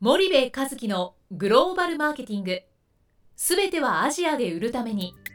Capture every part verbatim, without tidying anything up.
森部一樹のグローバルマーケティング、すべてはアジアで売るために。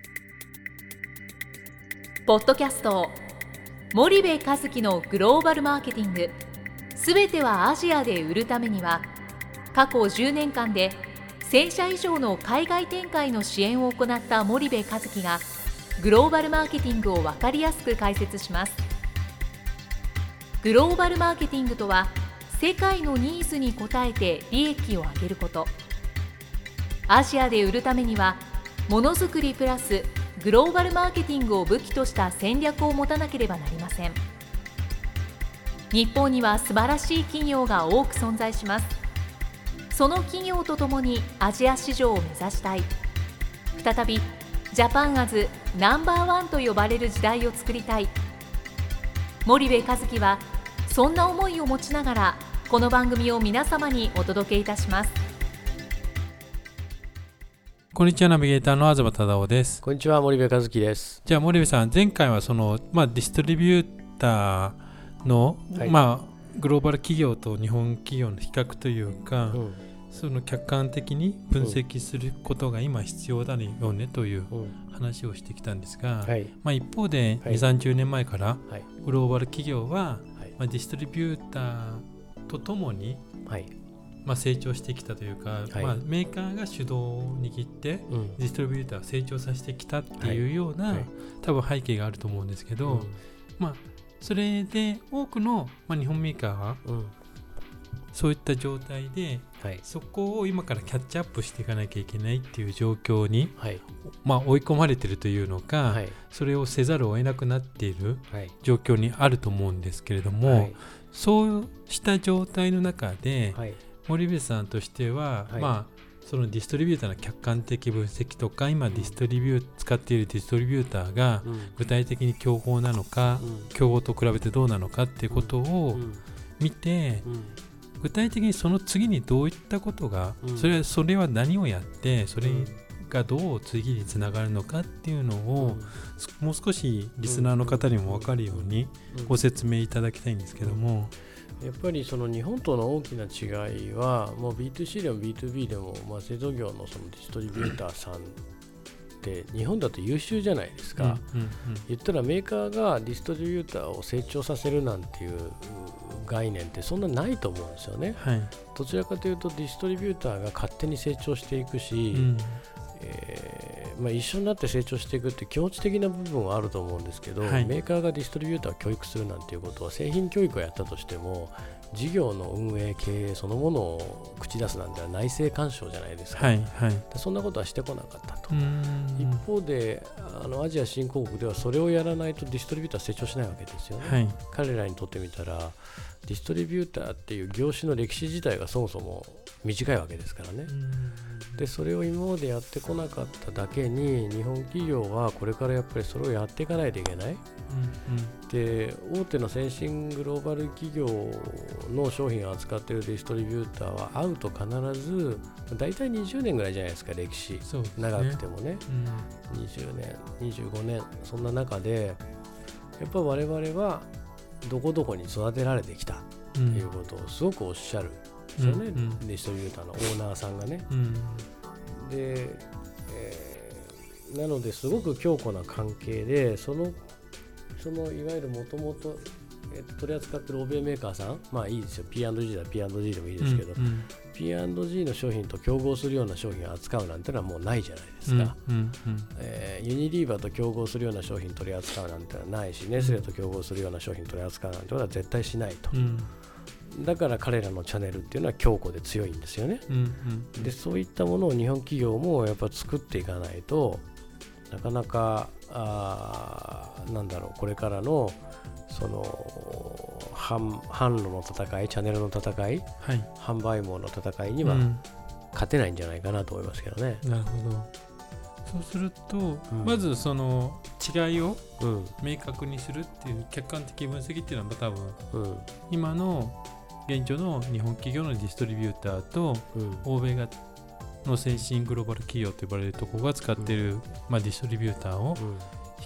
ポッドキャスト森部一樹のグローバルマーケティング、すべてはアジアで売るためには、過去じゅうねんかんでせんしゃ以上の海外展開の支援を行った森部一樹がグローバルマーケティングを分かりやすく解説します。グローバルマーケティングとは、世界のニーズに応えて利益を上げること。アジアで売るためには、ものづくりプラスグローバルマーケティングを武器とした戦略を持たなければなりません。日本には素晴らしい企業が多く存在します。その企業とともにアジア市場を目指したい。再びジャパンアズナンバーワンと呼ばれる時代を作りたい。森部一樹はそんな思いを持ちながら、この番組を皆様にお届けいたします。 こんにちは、ナビゲーターの東忠夫です。 こんにちは、森部一樹です。 じゃあ森部さん、前回はその、まあ、ディストリビューターの、はい、まあ、グローバル企業と日本企業の比較というか、うん、その客観的に分析することが今必要だよねという話をしてきたんですが、はい、まあ、一方でにじゅう、さんじゅうねんまえからグローバル企業は、はい、まあ、ディストリビューターとともに、はい、まあ、成長してきたというか、はい、まあ、メーカーが主導を握って、うん、ディストリビューターを成長させてきたっていうような、はいはい、多分背景があると思うんですけど、うん、まあ、それで多くの、まあ、日本メーカーは、うん、そういった状態で、はい、そこを今からキャッチアップしていかなきゃいけないっていう状況に、はい、まあ、追い込まれているというのか、はい、それをせざるを得なくなっている状況にあると思うんですけれども、はい、そうした状態の中で、はい、森部さんとしては、はい、まあ、そのディストリビューターの客観的分析とか、今ディストリビュー使っているディストリビューターが具体的に競合なのか、うん、競合と比べてどうなのかっていうことを見て、うんうん、具体的にその次にどういったことが、うん、それはそれは何をやってそれがどう次につながるのかっていうのを、うん、もう少しリスナーの方にも分かるようにご説明いただきたいんですけども、 やっぱりその日本との大きな違いは、もう ビーツーシー でも ビーツービー でも、まあ、製造業のそのディストリビューターさんって日本だと優秀じゃないですか、うんうんうん、言ったらメーカーがディストリビューターを成長させるなんていう概念ってそんなないと思うんですよね、はい、どちらかというとディストリビューターが勝手に成長していくし、うん、えーまあ、一緒になって成長していくって気持ち的な部分はあると思うんですけど、はい、メーカーがディストリビューターを教育するなんていうことは、製品教育をやったとしても事業の運営経営そのものを口出すなんては内政干渉じゃないですか、はいはい、そんなことはしてこなかったと。一方であのアジア新興国ではそれをやらないとディストリビューターは成長しないわけですよね、はい、彼らにとってみたらディストリビューターっていう業種の歴史自体がそもそも短いわけですからね。でそれを今までやってこなかっただけに、日本企業はこれからやっぱりそれをやっていかないといけない、うんうん、で大手の先進グローバル企業の商品を扱っているディストリビューターは会うと必ずだいたいにじゅうねんぐらいじゃないですか、歴史、そうですね、長くてもね、うん、にじゅうねんにじゅうごねん、そんな中でやっぱ我々はどこどこに育てられてきたということをすごくおっしゃるですよね、うんうん、ディストリビューターのオーナーさんがね、うん、で、えー、なのですごく強固な関係で、そのそのいわゆるもともと取り扱っている欧米メーカーさん、まあいいですよ、 ピーアンドジー だ ピーアンドジー でもいいですけど、うんうん、ピーアンドジー の商品と競合するような商品を扱うなんてのはもうないじゃないですか、うんうんうん、えー、ユニリーバーと競合するような商品取り扱うなんてのはないし、ネスレと競合するような商品取り扱うなんてのは絶対しないと、うん、だから彼らのチャンネルっていうのは強固で強いんですよね、うんうん、でそういったものを日本企業もやっぱ作っていかないと、なかなかあなんだろう、これからのその販販路の戦い、チャンネルの戦い、はい、販売網の戦いには勝てないんじゃないかなと思いますけどね、 うん、なるほど。そうすると、うん、まずその違いを明確にするっていう客観的分析っていうのは多分、うん、今の現状の日本企業のディストリビューターと、うん、欧米がの先進グローバル企業と呼ばれるところが使っている、うん、まあ、ディストリビューターを比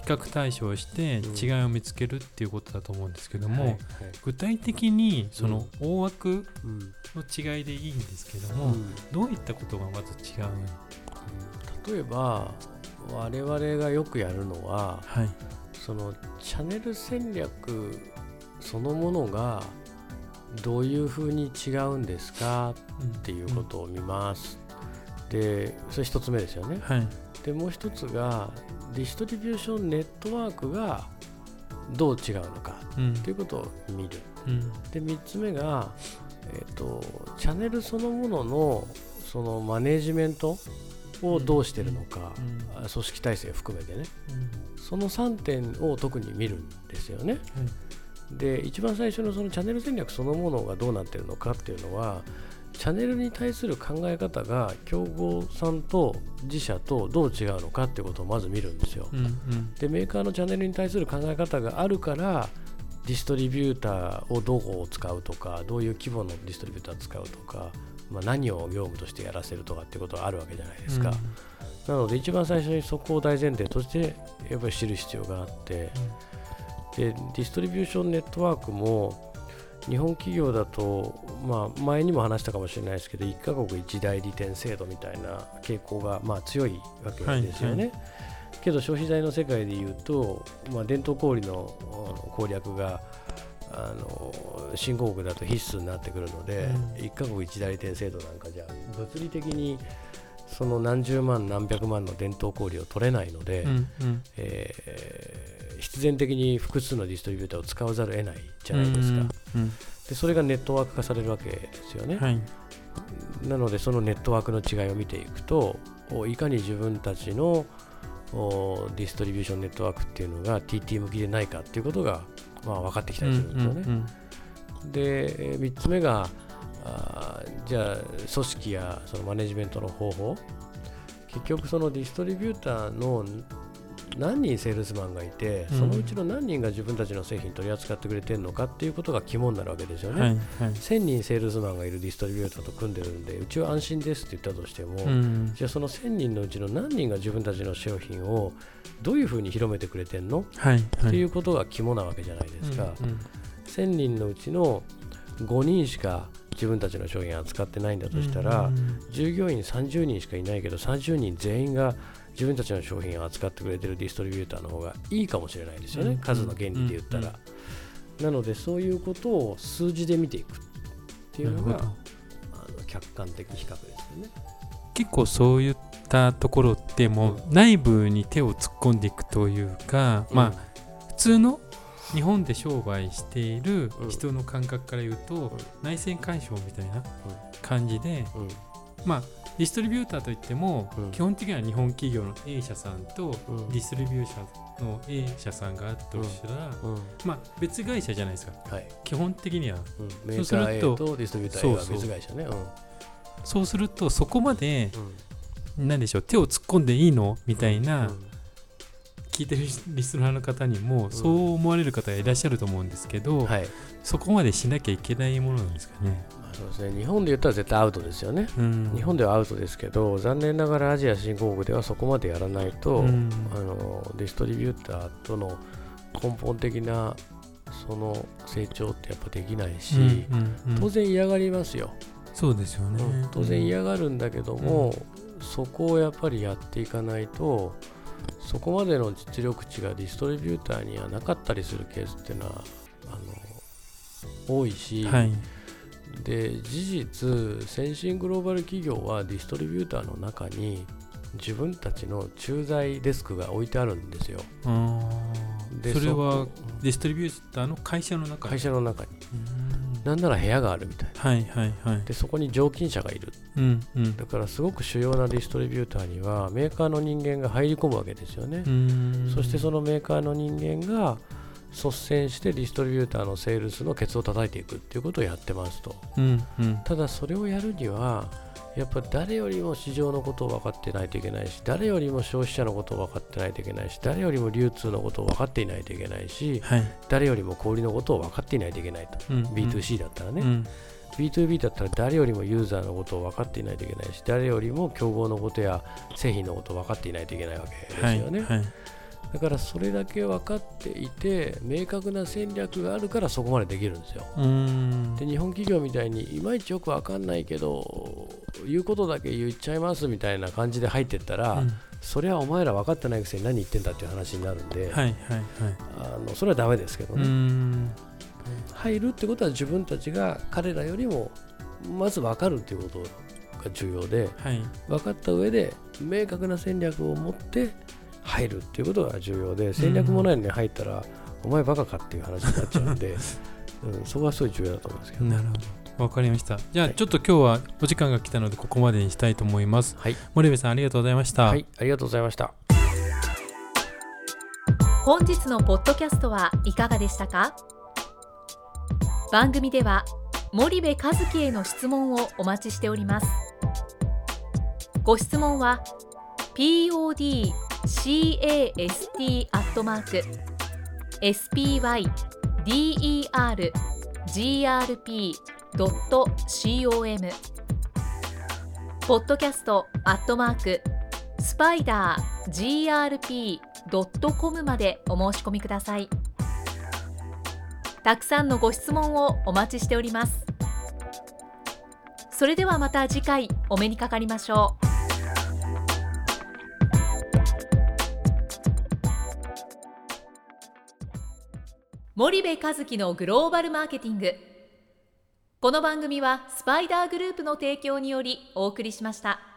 較対象をして違いを見つけるっていうことだと思うんですけども、 はいはい、 具体的にその大枠の違いでいいんですけども、うん、どういったことがまず違うの、 うん、例えば我々がよくやるのは、はい、そのチャンネル戦略そのものがどういうふうに違うんですかっていうことを見ます、うん、でそれ一つ目ですよね、はい、でもう一つがディストリビューションネットワークがどう違うのかっていうことを見る、うん、でみっつめが、えーと、チャンネルそのもののそのマネジメントをどうしてるのか、うん、組織体制を含めてね、うん、そのさんてんを特に見るんですよね、うん、で一番最初のそのチャンネル戦略そのものがどうなってるのかっていうのはチャンネルに対する考え方が競合さんと自社とどう違うのかっていうことをまず見るんですよ、うんうん、でメーカーのチャンネルに対する考え方があるからディストリビューターをどこを使うとかどういう規模のディストリビューターを使うとか、まあ、何を業務としてやらせるとかっていうことがあるわけじゃないですか、うん、なので一番最初にそこを大前提としてやっぱり知る必要があって、うん、でディストリビューションネットワークも日本企業だと、まあ、前にも話したかもしれないですけどいっカ国いち代理店制度みたいな傾向がまあ強いわけですよね、はいはい、けど消費財の世界でいうと、まあ、伝統小売の攻略があの新興国だと必須になってくるので、うん、いっカ国いち代理店制度なんかじゃ物理的にその何十万何百万の伝統小売を取れないので、うんうんえー、必然的に複数のディストリビューターを使わざるを得ないじゃないですか、うんうん、でそれがネットワーク化されるわけですよね、はい、なのでそのネットワークの違いを見ていくといかに自分たちのディストリビューションネットワークっていうのが ティーティー 向きでないかっていうことが、まあ、分かってきたりするんですよね、うんうんうん、でみっつめがあじゃあ組織やそのマネジメントの方法結局そのディストリビューターの何人セールスマンがいてそのうちの何人が自分たちの製品取り扱ってくれてるのかっていうことが肝になるわけですよね、はいはい、せんにんセールスマンがいるディストリビューターと組んでるんでうちは安心ですって言ったとしても、うん、じゃあそのせんにんのうちの何人が自分たちの商品をどういうふうに広めてくれてるの、はいはい、っていうことが肝なわけじゃないですか、うんうん、せんにんのうちのごにんしか自分たちの商品を扱ってないんだとしたら、うん、従業員さんじゅうにんしかいないけどさんじゅうにん全員が自分たちの商品を扱ってくれてるディストリビューターの方がいいかもしれないですよね、うん、数の原理で言ったら、うんうん、なのでそういうことを数字で見ていくっていうのがあの客観的比較ですよね。 結構そういったところってもう内部に手を突っ込んでいくというか、うん、まあ普通の日本で商売している人の感覚から言うと、うん、内線干渉みたいな感じで、うん、まあディストリビューターといっても、うん、基本的には日本企業の A 社さんとディストリビュー社の A 社さんがあったとしたら、うんうん、まあ別会社じゃないですか、はい、基本的には、 うん、メーカー A とディストリビューター A は別会社ね。 そうそう、うん、そうするとそこまで、うん、何でしょう手を突っ込んでいいのみたいな、うんうん、聞いてるリスナーの方にもそう思われる方がいらっしゃると思うんですけど、うんはい、そこまでしなきゃいけないものなんですかね。 そうですね、日本で言ったら絶対アウトですよね、うん、日本ではアウトですけど残念ながらアジア新興国ではそこまでやらないと、うん、あのディストリビューターとの根本的なその成長ってやっぱできないし、うんうんうん、当然嫌がりますよ。 そうですよね、うん、 当然嫌がるんだけども、うん、そこをやっぱりやっていかないとそこまでの実力値がディストリビューターにはなかったりするケースっていうのはあの多いし、はい、で事実先進グローバル企業はディストリビューターの中に自分たちの駐在デスクが置いてあるんですよ。 あでそれはディストリビューターの会社の中に会社の中になんなら部屋があるみたいな、 はいはいはい、 でそこに常勤者がいる、うんうん、だからすごく主要なディストリビューターにはメーカーの人間が入り込むわけですよね。そしてそのメーカーの人間が率先してディストリビューターのセールスのケツを叩いていくっていうことをやってますと、うんうん、ただそれをやるにはやっぱ誰よりも市場のことを分かってないといけないし誰よりも消費者のことを分かってないといけないし誰よりも流通のことを分かっていないといけないし、はい、誰よりも小売りのことを分かっていないといけないと、うんうん、ビーツーシー だったらね、うん、ビーツービー だったら誰よりもユーザーのことを分かっていないといけないし誰よりも競合のことや製品のことを分かっていないといけないわけですよね、はいはい、 だからそれだけ分かっていて明確な戦略があるからそこまでできるんですよ。 うんで日本企業みたいにいまいちよく分かんないけど言うことだけ言っちゃいますみたいな感じで入っていったら、うん、それはお前ら分かってないくせに何言ってんだっていう話になるんで、はいはいはい、あのそれはダメですけどね。うん入るってことは自分たちが彼らよりもまず分かるっていうことが重要で、はい、分かった上で明確な戦略を持って入るっていうことが重要で、戦略もないのに入ったら、うん、お前バカかっていう話になっちゃうんで、うん、そこはすごい重要だと思いますけど。 なるほど、わかりました。じゃあ、はい、ちょっと今日はお時間が来たのでここまでにしたいと思います。はい、森部さんありがとうございました。 はい、ありがとうございました。 本日のポッドキャストはいかがでしたか？番組では森部一樹への質問をお待ちしております。ご質問は ピーオーディーキャスト アットマーク エスピーワイディーイーアールジーアールピー ドット コム ポッドキャストアットマークスパイダー ジーアールピー ドット コム までお申し込みください。たくさんのご質問をお待ちしております。それではまた次回お目にかかりましょう。森部一樹のグローバルマーケティング。この番組はスパイダーグループの提供によりお送りしました。